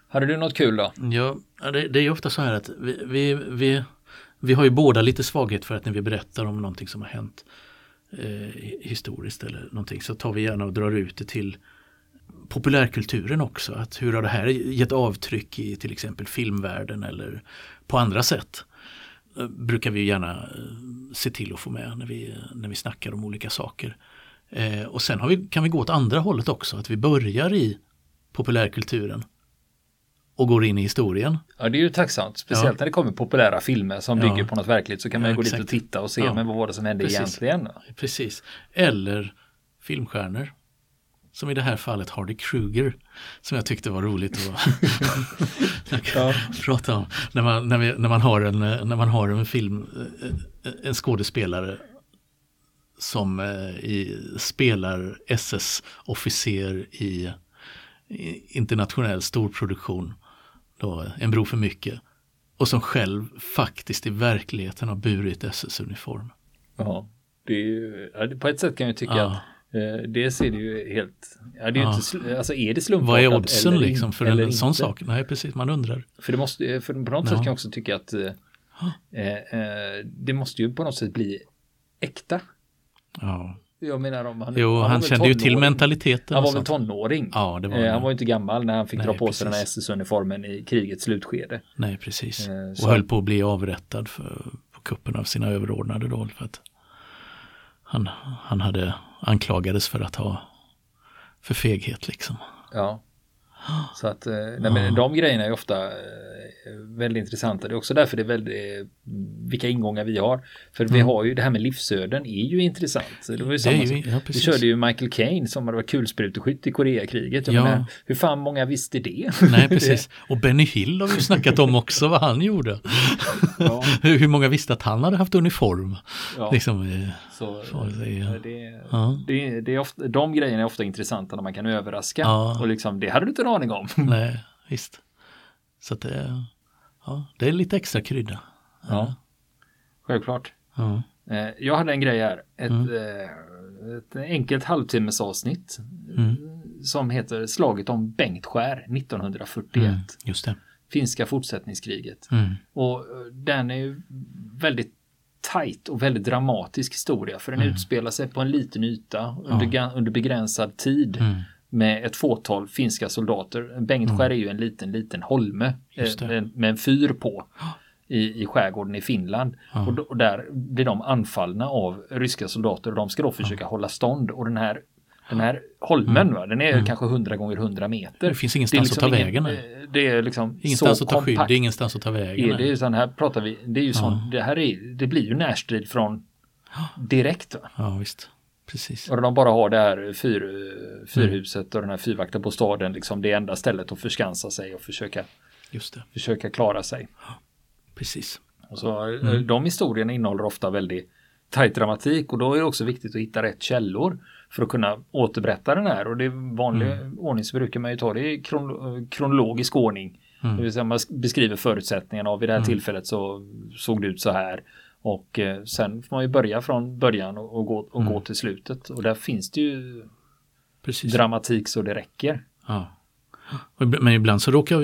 Hade du något kul då? Ja, det är ju ofta så här att vi har ju båda lite svaghet för att när vi berättar om någonting som har hänt historiskt eller någonting, så tar vi gärna och drar ut det till populärkulturen också. Att hur har det här gett avtryck i till exempel filmvärlden eller på andra sätt? Brukar vi gärna se till att få med när vi snackar om olika saker. Och sen kan vi gå åt andra hållet också, att vi börjar i populärkulturen och går in i historien. Ja, det är ju tacksamt. Speciellt när det kommer populära filmer som bygger på något verkligt, så kan man gå dit och titta och se men vad var det som hände egentligen. Precis. Eller filmstjärnor. Som i det här fallet Hardy Kruger, som jag tyckte var roligt att prata om. När man har en film, en skådespelare som spelar SS-officer i internationell storproduktion, då En bro för mycket, och som själv faktiskt i verkligheten har burit SS-uniform. Ja, det är ju, på ett sätt kan jag tycka att det ser det ju helt, det är ju inte, alltså är det slumpartat? Vad är oddsen eller liksom för en sån sak? Nej, precis, man undrar. För det måste, för på något sätt kan jag också tycka att det måste ju på något sätt bli äkta. Ja. Jag menar om han kände ju till mentaliteten. Han var väl tonåring. Ja, det var han var ju inte gammal när han fick dra på sig den här SS-uniformen i krigets slutskede. Nej, precis. Och höll på att bli avrättad på kuppen av sina överordnade då, för att han hade anklagades för att ha för feghet liksom. Ja. Så att men de grejerna är ofta väldigt intressanta. Det är också därför det är väldigt vilka ingångar vi har. För vi har ju det här med livsöden är ju intressant. Det var ju samma vi körde ju Michael Caine som hade varit kulspruteskytt i Koreakriget. Men hur fan många visste det? Nej, precis. Och Benny Hill har vi snackat om också vad han gjorde. Ja. Hur många visste att han hade haft uniform? Ja. Liksom, det är ofta, de grejerna är ofta intressanta när man kan överraska. Ja. Och liksom, det hade du inte en aning om. Nej, visst. Så att det är lite extra krydda. Ja, självklart. Ja. Jag hade en grej här. Ett enkelt halvtimmesavsnitt som heter Slaget om Bengtskär 1941. Just det. Finska fortsättningskriget. Och den är ju väldigt tajt och väldigt dramatisk historia, för den utspelar sig på en liten yta under begränsad tid med ett fåtal finska soldater. Bengtskär är ju en liten holme med en fyr på i skärgården i Finland. Och där blir de anfallna av ryska soldater och de ska då försöka hålla stånd. Och den här holmen, den är kanske 100 gånger 100 meter. Det finns ingenstans att ta vägen. Det är liksom ingenstans så att ta skydd, det är ingenstans att ta vägen. Det är ju sån här pratar vi, det är ju sån, det blir ju närstrid från direkt. Va? Ja, visst. Precis. Och de bara har det här fyrhuset och den här fyrvakten på staden, liksom det enda stället att förskansa sig och försöka klara sig. Precis. Och så de historierna innehåller ofta väldigt tajt dramatik, och då är det också viktigt att hitta rätt källor för att kunna återberätta den här. Och det är vanlig ordning, så brukar man ju ta det i kronologisk ordning. Det vill säga man beskriver förutsättningarna, och vid det här tillfället så såg det ut så här. Och sen får man ju börja från början och gå till slutet. Och där finns det ju dramatik så det räcker. Ja. Men ibland så råkar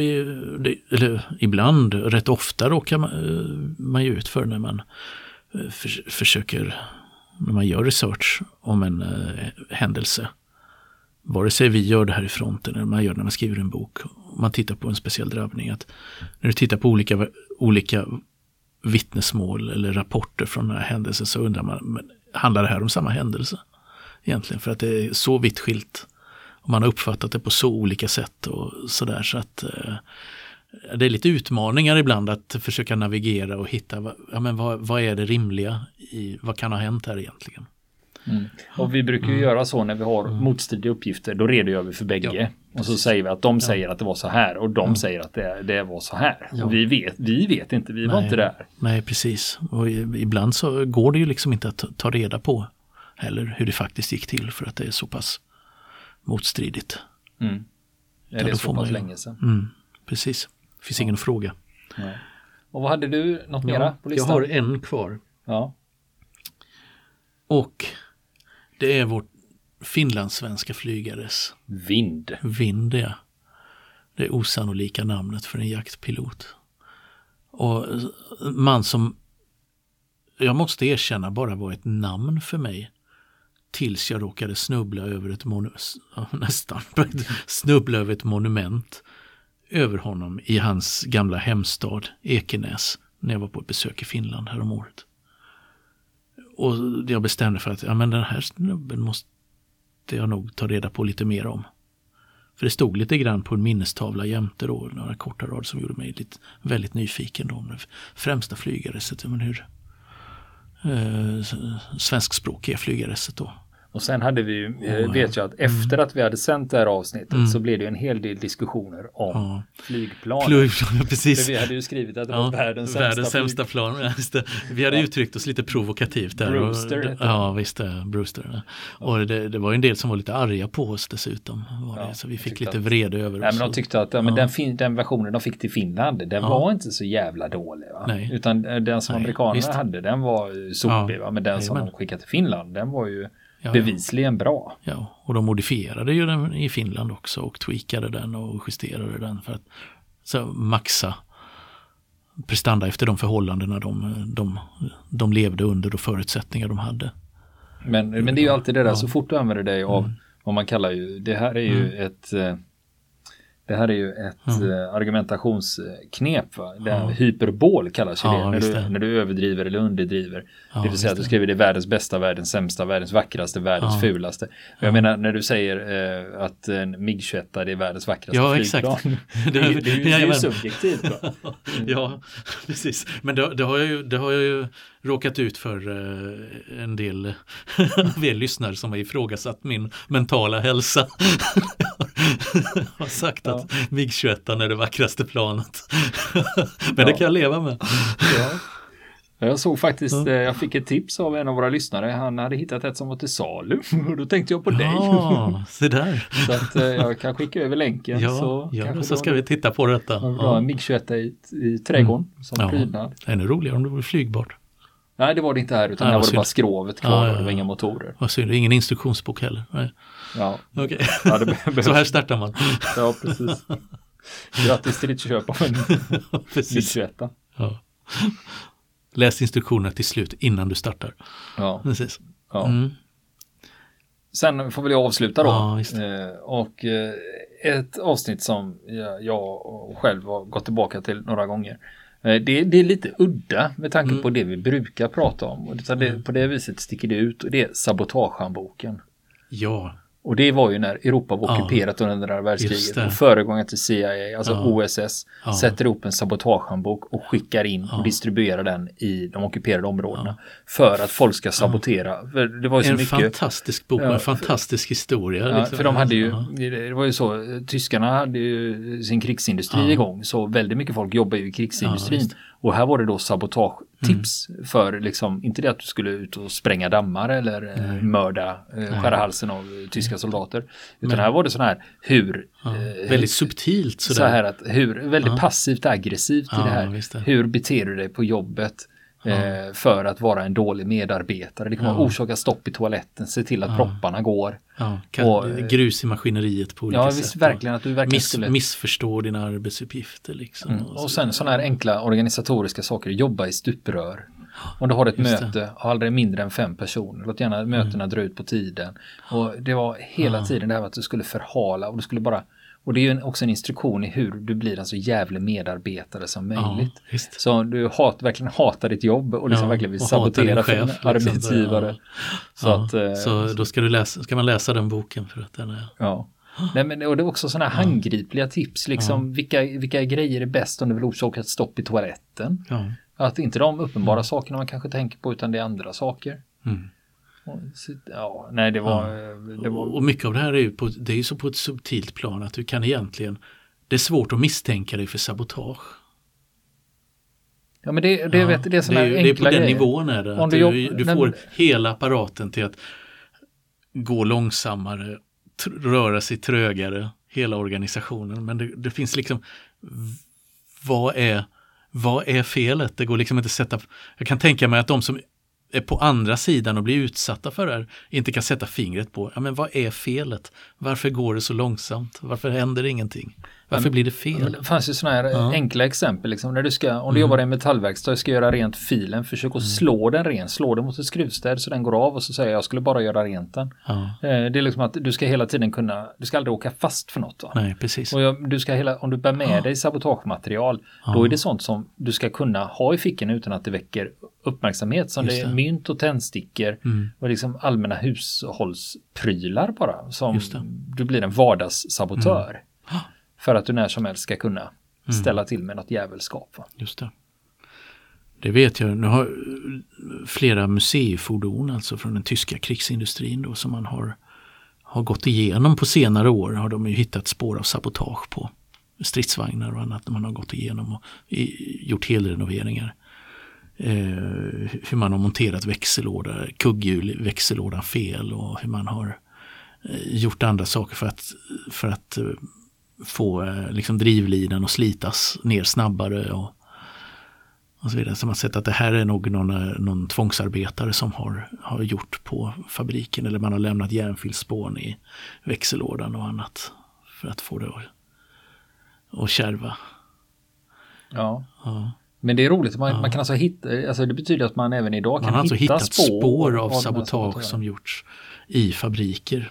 rätt ofta råkar man ju ut för när man försöker, när man gör research om en händelse. Vare sig vi gör det här i fronten eller man gör när man skriver en bok. Man tittar på en speciell drabbning. Att när du tittar på olika vittnesmål eller rapporter från den här händelsen, så undrar man, men handlar det här om samma händelse egentligen? För att det är så vitt skilt och man har uppfattat det på så olika sätt och sådär, så att det är lite utmaningar ibland att försöka navigera och hitta vad är det rimliga i vad kan ha hänt här egentligen. Och vi brukar ju göra så när vi har motstridiga uppgifter, då redogör vi för bägge och så säger vi att de säger att det var så här och de säger att det var så här. Och vi vet inte, vi var inte där. Nej, precis. Och ibland så går det ju liksom inte att ta reda på heller hur det faktiskt gick till, för att det är så pass motstridigt. Det är så pass länge sedan. Precis. Det finns ingen fråga. Nej. Och vad hade du något mera på listan? Jag har en kvar. Ja. Och det är vår finlandssvenska flygares Vind, ja. det osannolika namnet för en jaktpilot. Och man som jag måste erkänna bara var ett namn för mig tills jag råkade snubbla över ett monument över honom i hans gamla hemstad Ekenäs när jag var på ett besök i Finland häromåret. Och jag bestämde för att den här snubben måste jag nog ta reda på lite mer om. För det stod lite grann på en minnestavla jämte då, några korta rader som gjorde mig väldigt nyfiken då om det främsta flygareset, men hur svenskspråkiga flygareset då. Och sen hade vi ju, vet jag att efter att vi hade sänt det här avsnittet så blev det en hel del diskussioner om flygplan. Precis. För vi hade ju skrivit att det var världens sämsta plan. Vi hade uttryckt oss lite provokativt där. Brewster. Ja, visst det. Brewster. Och det var ju en del som var lite arga på oss dessutom. Så vi fick lite vrede över oss. Nej, men de tyckte att den versionen de fick till Finland, den var inte så jävla dålig. Va? Nej. Utan den som amerikanerna hade, den var sopig. Va? Men den som de skickade till Finland, den var ju bevisligen bra. Ja, och de modifierade ju den i Finland också och tweakade den och justerade den för att maxa prestanda efter de förhållandena de levde under och förutsättningar de hade. Men det är ju alltid det där, så fort du använder dig av vad man kallar ju, det här är ju ett argumentationsknep. Va? Hyperbol kallas ju det. När du överdriver eller underdriver. Det vill säga att du skriver det är världens bästa, världens sämsta, världens vackraste, världens fulaste. Jag menar när du säger att en MiG-21 är världens vackraste flygplan. Det är ju subjektivt. Va? Ja, precis. Men det har jag ju råkat ut för en del lyssnare som har ifrågasatt min mentala hälsa. Har sagt att MiG-21 är det vackraste planet. Men det kan jag leva med. Jag såg faktiskt, jag fick ett tips av en av våra lyssnare. Han hade hittat ett som var till salu. Och då tänkte jag på dig. Ja, se där. Så att jag kan skicka över länken. Så ska vi titta på detta. En MiG-21 i trädgården som prydnad. Det är ännu roligare om det vore flygbart. Nej, det var det inte här, utan här var det bara skrovet kvar och det var inga motorer. Vad synd, ingen instruktionsbok heller. Nej. Ja. Okay. Så här startar man. Ja, precis. Grattis till ditt köp av en MiG-21. Ja. Läs instruktionerna till slut innan du startar. Ja. Precis. Ja. Sen får väl jag avsluta då. Och ett avsnitt som jag själv har gått tillbaka till några gånger. Det är lite udda med tanke på det vi brukar prata om. Och på det viset sticker det ut. Och det är sabotagehandboken. Ja. Och det var ju när Europa var ockuperat under andra världskriget. Och föregångaren till CIA, alltså OSS, sätter upp en sabotagehandbok och skickar in och distribuerar den i de ockuperade områdena. För att folk ska sabotera. För det var ju så mycket, fantastisk bok och en fantastisk historia. Ja, liksom. För de hade ju, det var ju så, tyskarna hade ju sin krigsindustri igång. Så väldigt mycket folk jobbar ju i krigsindustrin. Och här var det då sabotagetips för liksom, inte det att du skulle ut och spränga dammar eller mörda, skära halsen av tyska soldater. Utan här var det sån här väldigt subtilt sådär. Så här att väldigt passivt aggressivt i det här. Hur beter du dig på jobbet för att vara en dålig medarbetare? Det kan vara orsaka stopp i toaletten, se till att propparna går. Grus i maskineriet på olika sätt. Visst, verkligen att du verkligen skulle missförstå dina arbetsuppgifter liksom. Och sen sådana här enkla organisatoriska saker, jobba i stuprör. Om du har ett möte, aldrig mindre än 5 personer, låt gärna mötena dra ut på tiden. Och det var hela tiden det här att du skulle förhala och du skulle bara. Och det är ju också en instruktion i hur du blir en så jävla medarbetare som möjligt. Så du verkligen hatar ditt jobb och liksom verkligen vill sabotera för en arbetsgivare. Så då ska man läsa den boken för att den är. Ja. Nej, men, och det är också sådana här handgripliga tips. Liksom, vilka grejer är bäst om du vill orsaka ett stopp i toaletten? Att inte de uppenbara sakerna man kanske tänker på, utan det är andra saker. Och mycket av det här är ju så på ett subtilt plan att du kan egentligen, det är svårt att misstänka dig för sabotage. Ja, men det är såna här enkla grejer. Det är på den nivån är det. Att du får hela apparaten till att gå långsammare, röra sig trögare, hela organisationen. Men det finns liksom, vad är felet? Det går liksom inte att sätta. Jag kan tänka mig att de som är på andra sidan och blir utsatta för det här inte kan sätta fingret på, men vad är felet? Varför går det så långsamt? Varför händer ingenting? Varför blir det fel? Det fanns ju sådana här enkla exempel. Liksom, när du ska, om du jobbar i en metallverkstad och ska göra rent filen, försök att slå den ren. Slå den mot ett skruvstäd så den går av och så säger jag skulle bara göra rent den. Det är liksom att du ska hela tiden du ska aldrig åka fast för något. Va? Nej, precis. Och om du bär med dig sabotagematerial, då är det sånt som du ska kunna ha i fickan utan att det väcker uppmärksamhet. Som det är mynt och tändstickor och liksom allmänna hushållsprylar bara. Som du blir en vardagssabotör. För att du när som helst ska kunna ställa till med något jävelskap. Va? Just det. Det vet jag. Nu har flera museifordon alltså från den tyska krigsindustrin då, som man har gått igenom på senare år, har de ju hittat spår av sabotage på stridsvagnar och annat när man har gått igenom och gjort helrenoveringar. Hur man har monterat växellåda, kugghjul i växellådan fel och hur man har gjort andra saker för att få liksom drivlinan att slitas ner snabbare och så vidare. Så man har sett att det här är nog någon tvångsarbetare som har gjort på fabriken, eller man har lämnat järnfilspån i växellådan och annat för att få det att kärva. Ja. Men det är roligt, man kan alltså hitta, alltså det betyder att man även idag kan alltså hitta spår av sabotage som gjorts i fabriker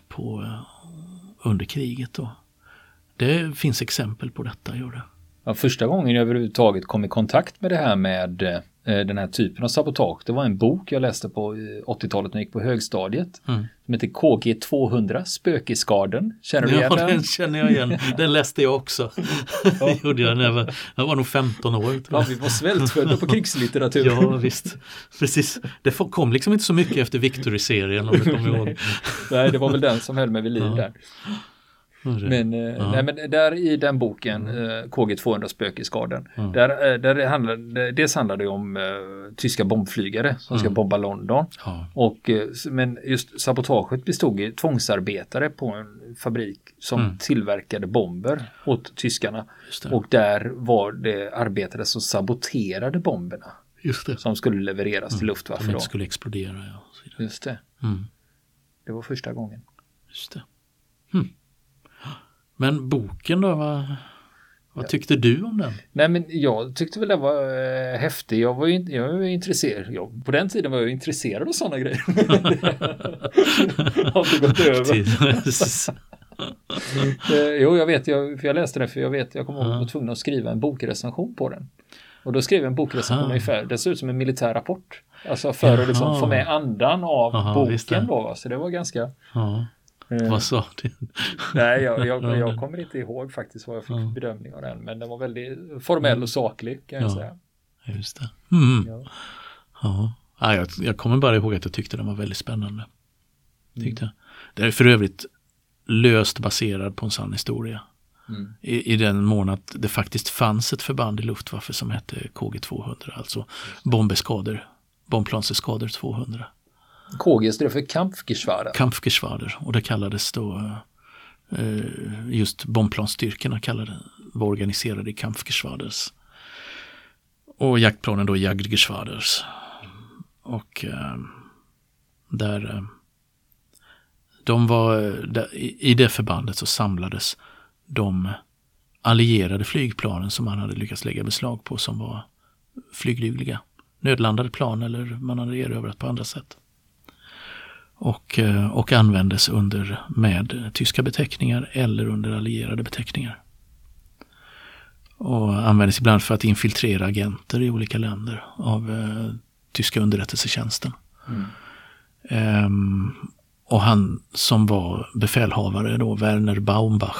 under kriget då. Det finns exempel på detta, gör det. Ja, första gången jag överhuvudtaget kom i kontakt med det här med den här typen av sabotage, det var en bok jag läste på 80-talet när jag gick på högstadiet. Som heter KG 200, Spökesgarden. Känner du igen den? Ja, den känner jag igen. Den läste jag också. Det gjorde jag när jag var nog 15 år. Ja, vi var svältfödda på krigslitteratur. Ja, visst. Precis. Det kom liksom inte så mycket efter Victory-serien, om du kommer ihåg. Nej, det var väl den som höll mig vid liv där. Men, nej, men där i den boken KG 200 Spökesgarden där handlar det om tyska bombflygare som ska bomba London och men just sabotaget bestod i tvångsarbetare på en fabrik som tillverkade bomber åt tyskarna och där var det arbetare som saboterade bomberna som skulle levereras till Luftwaffe. Som inte skulle explodera. Just det. Det var första gången. Just det. Men boken då, vad tyckte du om den? Nej, men jag tyckte väl den var häftig. Jag var intresserad. På den tiden var jag intresserad av sådana grejer. Har det gått över? Jo, jag vet. För jag läste den för jag kommer ihåg att jag var tvungen att skriva en bokrecension på den. Och då skrev jag en bokrecension ungefär. Det ser ut som en militär rapport. Alltså för att liksom få med andan av boken då. Så det var ganska... Vad sa du? Nej, jag kommer inte ihåg faktiskt vad jag fick för bedömning av den. Men den var väldigt formell och saklig, kan jag säga. Just det. Jag kommer bara ihåg att jag tyckte den var väldigt spännande. Det är för övrigt löst baserad på en sann historia. I den mån att det faktiskt fanns ett förband i Luftwaffe som hette KG 200, alltså bombplanseskador 200. KG står för Kampfgeschwader, och det kallades då just bombplansstyrkorna var organiserade i Kampfgeschwaders och jaktplanen då Jagdgeschwaders. Och i det förbandet så samlades de allierade flygplanen som man hade lyckats lägga beslag på, som var flygdugliga, nödlandade plan eller man hade erövrat på andra sätt. Och användes med tyska beteckningar eller under allierade beteckningar. Och användes ibland för att infiltrera agenter i olika länder av tyska underrättelsetjänsten. Och han som var befälhavare då, Werner Baumbach,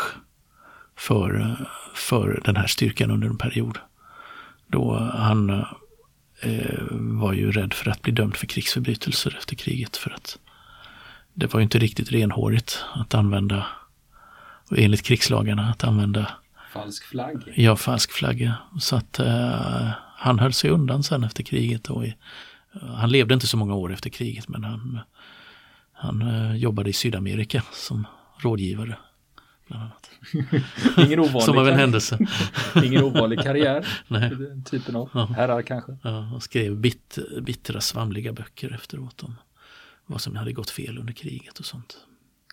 för den här styrkan under en period. Då han var ju rädd för att bli dömd för krigsförbrytelser efter kriget, för att det var ju inte riktigt renhårigt att använda, och enligt krigslagarna, att använda falsk flagg. Ja, falsk flagga. Så att han höll sig undan sen efter kriget. Och han levde inte så många år efter kriget, men han jobbade i Sydamerika som rådgivare. Bland annat. Ingen ovanlig som av en händelse. Ingen ovanlig karriär. Nej. Den typen av herrar kanske. Ja, och skrev bittra svamliga böcker efteråt om vad som hade gått fel under kriget och sånt.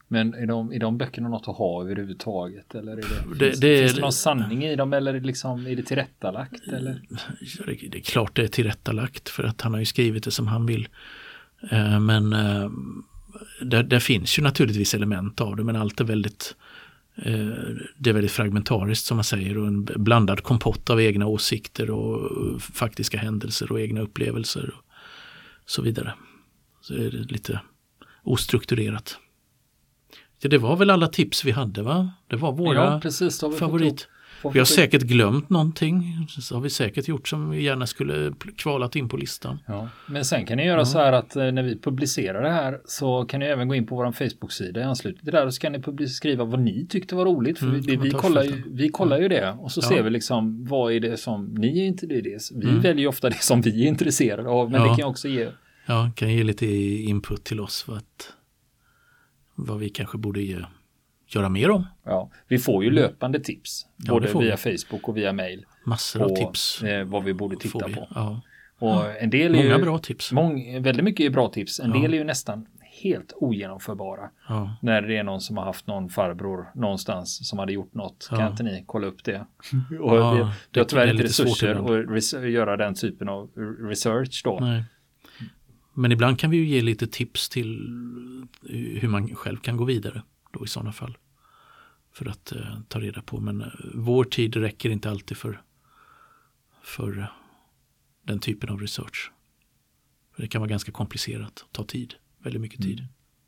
Men är de böckerna något att ha överhuvudtaget? Eller finns det någon sanning i dem? Eller är det tillrättalagt? Eller? Det är klart det är tillrättalagt, för att han har ju skrivit det som han vill. Men där finns ju naturligtvis element av det, men allt är väldigt fragmentariskt, som man säger, och en blandad kompott av egna åsikter och faktiska händelser och egna upplevelser och så vidare. Så är det lite ostrukturerat. Ja, det var väl alla tips vi hade, va? Det var våra favorit. Vi har säkert glömt någonting, så har vi säkert gjort som vi gärna skulle kvalat in på listan. Ja. Men sen kan ni göra så här att när vi publicerar det här så kan ni även gå in på vår Facebook-sida i anslutning till det där, och så kan ni skriva vad ni tyckte var roligt, för vi kollar ju det, och så ser vi liksom vad är det som ni är inte det. Vi väljer ju ofta det som vi är intresserade av, men det kan också ge... Ja, kan ge lite input till oss för att vad vi kanske borde göra mer om. Ja, vi får ju löpande tips, både via Facebook och via mail. Massor av tips. Vad vi borde titta på. Ja. Och en del är många bra tips. Väldigt mycket är bra tips. En del är ju nästan helt ogenomförbara. Ja. När det är någon som har haft någon farbror någonstans som hade gjort något. Kan inte ni kolla upp det? Och jag har tyvärr inte resurser att göra den typen av research då. Nej. Men ibland kan vi ju ge lite tips till hur man själv kan gå vidare då i sådana fall. För att ta reda på. Men vår tid räcker inte alltid för den typen av research. För det kan vara ganska komplicerat och ta tid. Väldigt mycket tid.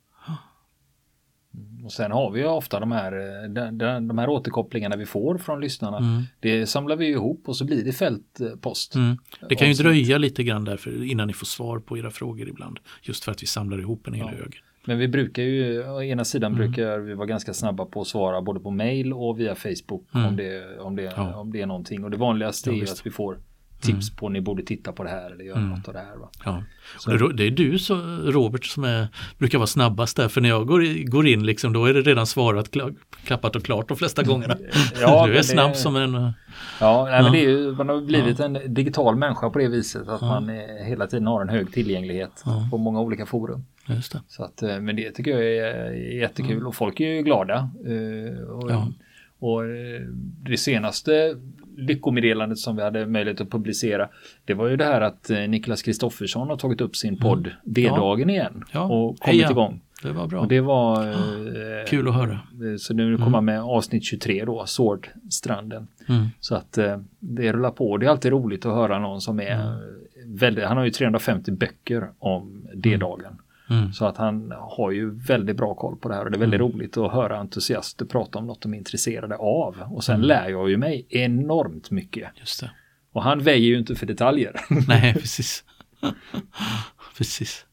Och sen har vi ju ofta de här återkopplingarna vi får från lyssnarna. Det samlar vi ihop och så blir det fältpost. Det kan ju dröja lite grann därför innan ni får svar på era frågor ibland. Just för att vi samlar ihop en hel hög. Men vi brukar ju, å ena sidan brukar vi vara ganska snabba på att svara både på mail och via Facebook om det är någonting. Och det vanligaste är att vi får tips på ni borde titta på det här eller göra något av det här. Va? Ja. Det är du, Robert, som brukar vara snabbast där. För när jag går in liksom, då är det redan svarat, klappat och klart de flesta gångerna. Du är snabb som en... men det är ju, man har blivit en digital människa på det viset att man hela tiden har en hög tillgänglighet på många olika forum. Just det. Så att, men det tycker jag är jättekul och folk är ju glada. Och det senaste lyckomeddelandet som vi hade möjlighet att publicera, det var ju det här att Niklas Kristoffersson har tagit upp sin podd D-dagen igen och kommit igång. Det var bra. Och det var kul att höra. Så nu kommer med avsnitt 23 då, Swordstranden. Så att det rullar på. Det är alltid roligt att höra någon som är väldigt, han har ju 350 böcker om D-dagen. Så att han har ju väldigt bra koll på det här och det är väldigt roligt att höra entusiaster prata om något de är intresserade av. Och sen lär jag ju mig enormt mycket. Just det. Och han väjer ju inte för detaljer. Nej, precis. Precis.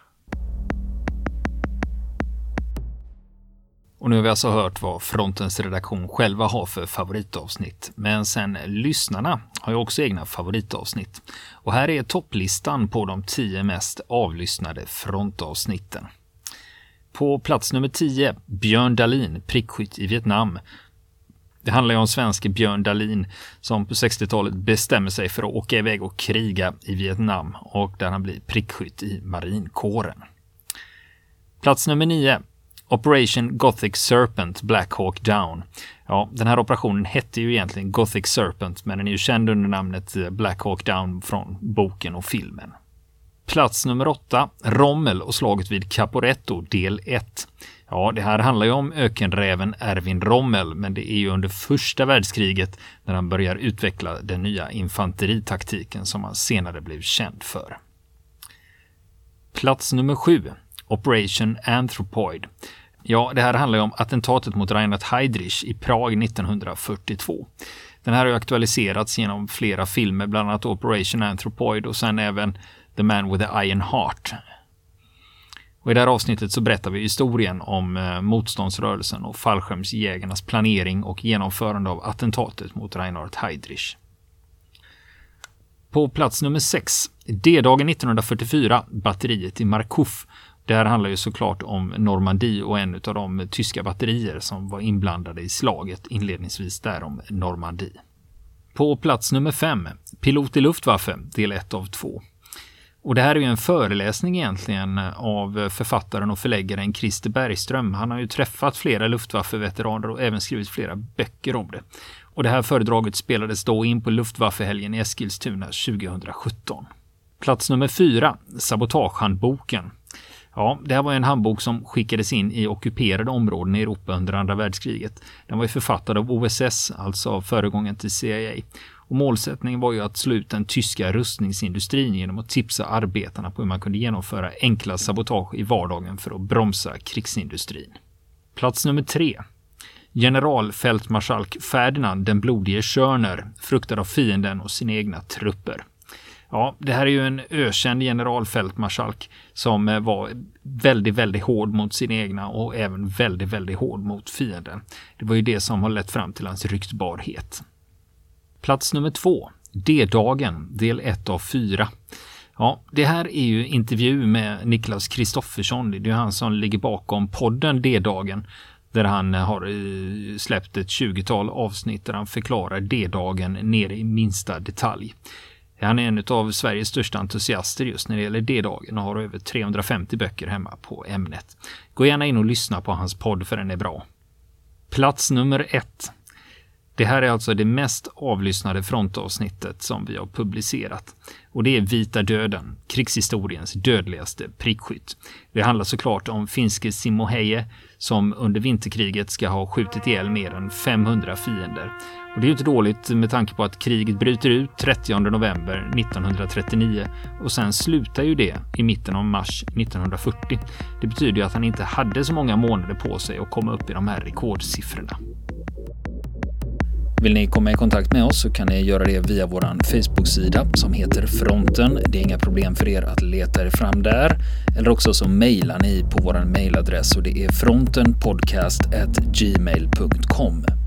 Och nu har vi alltså hört vad Frontens redaktion själva har för favoritavsnitt. Men sen lyssnarna har ju också egna favoritavsnitt. Och här är topplistan på de 10 mest avlyssnade frontavsnitten. På plats nummer 10, Björn Dahlin, prickskytt i Vietnam. Det handlar ju om svenske Björn Dahlin som på 60-talet bestämmer sig för att åka iväg och kriga i Vietnam. Och där han blir prickskytt i marinkåren. Plats nummer 9. Operation Gothic Serpent, Black Hawk Down. Ja, den här operationen hette ju egentligen Gothic Serpent, men den är ju känd under namnet Black Hawk Down från boken och filmen. Plats nummer 8, Rommel och slaget vid Caporetto, del 1. Ja, det här handlar ju om ökenräven Erwin Rommel, men det är ju under första världskriget när han börjar utveckla den nya infanteritaktiken som han senare blev känd för. Plats nummer 7, Operation Anthropoid. Ja, det här handlar ju om attentatet mot Reinhard Heydrich i Prag 1942. Den här har ju aktualiserats genom flera filmer, bland annat Operation Anthropoid och sen även The Man with the Iron Heart. Och i det här avsnittet så berättar vi historien om motståndsrörelsen och fallskärmsjägarnas planering och genomförande av attentatet mot Reinhard Heydrich. På plats nummer 6, D-dagen 1944, batteriet i Marcouf. Det här handlar ju såklart om Normandie och en av de tyska batterier som var inblandade i slaget inledningsvis där om Normandie. På plats nummer 5, pilot i Luftwaffe, del 1 av 2. Och det här är ju en föreläsning egentligen av författaren och förläggaren Christer Bergström. Han har ju träffat flera Luftwaffe-veteraner och även skrivit flera böcker om det. Och det här föredraget spelades då in på Luftwaffe-helgen i Eskilstuna 2017. Plats nummer 4, Sabotagehandboken. Ja, det här var en handbok som skickades in i ockuperade områden i Europa under andra världskriget. Den var ju författad av OSS, alltså föregångaren till CIA. Och målsättningen var ju att slå ut den tyska rustningsindustrin genom att tipsa arbetarna på hur man kunde genomföra enkla sabotage i vardagen för att bromsa krigsindustrin. Plats nummer 3. Generalfältmarskalk Ferdinand den blodige Schörner, fruktad av fienden och sina egna trupper. Ja, det här är ju en ökänd generalfältmarskalk som var väldigt hård mot sina egna och även väldigt hård mot fienden. Det var ju det som har lett fram till hans ryktbarhet. Plats nummer 2, D-dagen, del 1 av 4. Ja, det här är ju intervju med Niklas Kristoffersson. Det är ju han som ligger bakom podden D-dagen, där han har släppt ett 20-tal avsnitt där han förklarar D-dagen ner i minsta detalj. Han är en av Sveriges största entusiaster just när det gäller D-dagen och har över 350 böcker hemma på ämnet. Gå gärna in och lyssna på hans podd för den är bra. Plats nummer 1. Det här är alltså det mest avlyssnade frontavsnittet som vi har publicerat. Och det är Vita döden, krigshistoriens dödligaste prickskytt. Det handlar såklart om finske Simo Häyhä som under vinterkriget ska ha skjutit ihjäl mer än 500 fiender. Och det är ju inte dåligt med tanke på att kriget bryter ut 30 november 1939 och sen slutar ju det i mitten av mars 1940. Det betyder ju att han inte hade så många månader på sig att komma upp i de här rekordsiffrorna. Vill ni komma i kontakt med oss så kan ni göra det via vår Facebook-sida som heter Fronten. Det är inga problem för er att leta er fram där. Eller också så mejlar ni på vår mejladress och det är frontenpodcast@gmail.com.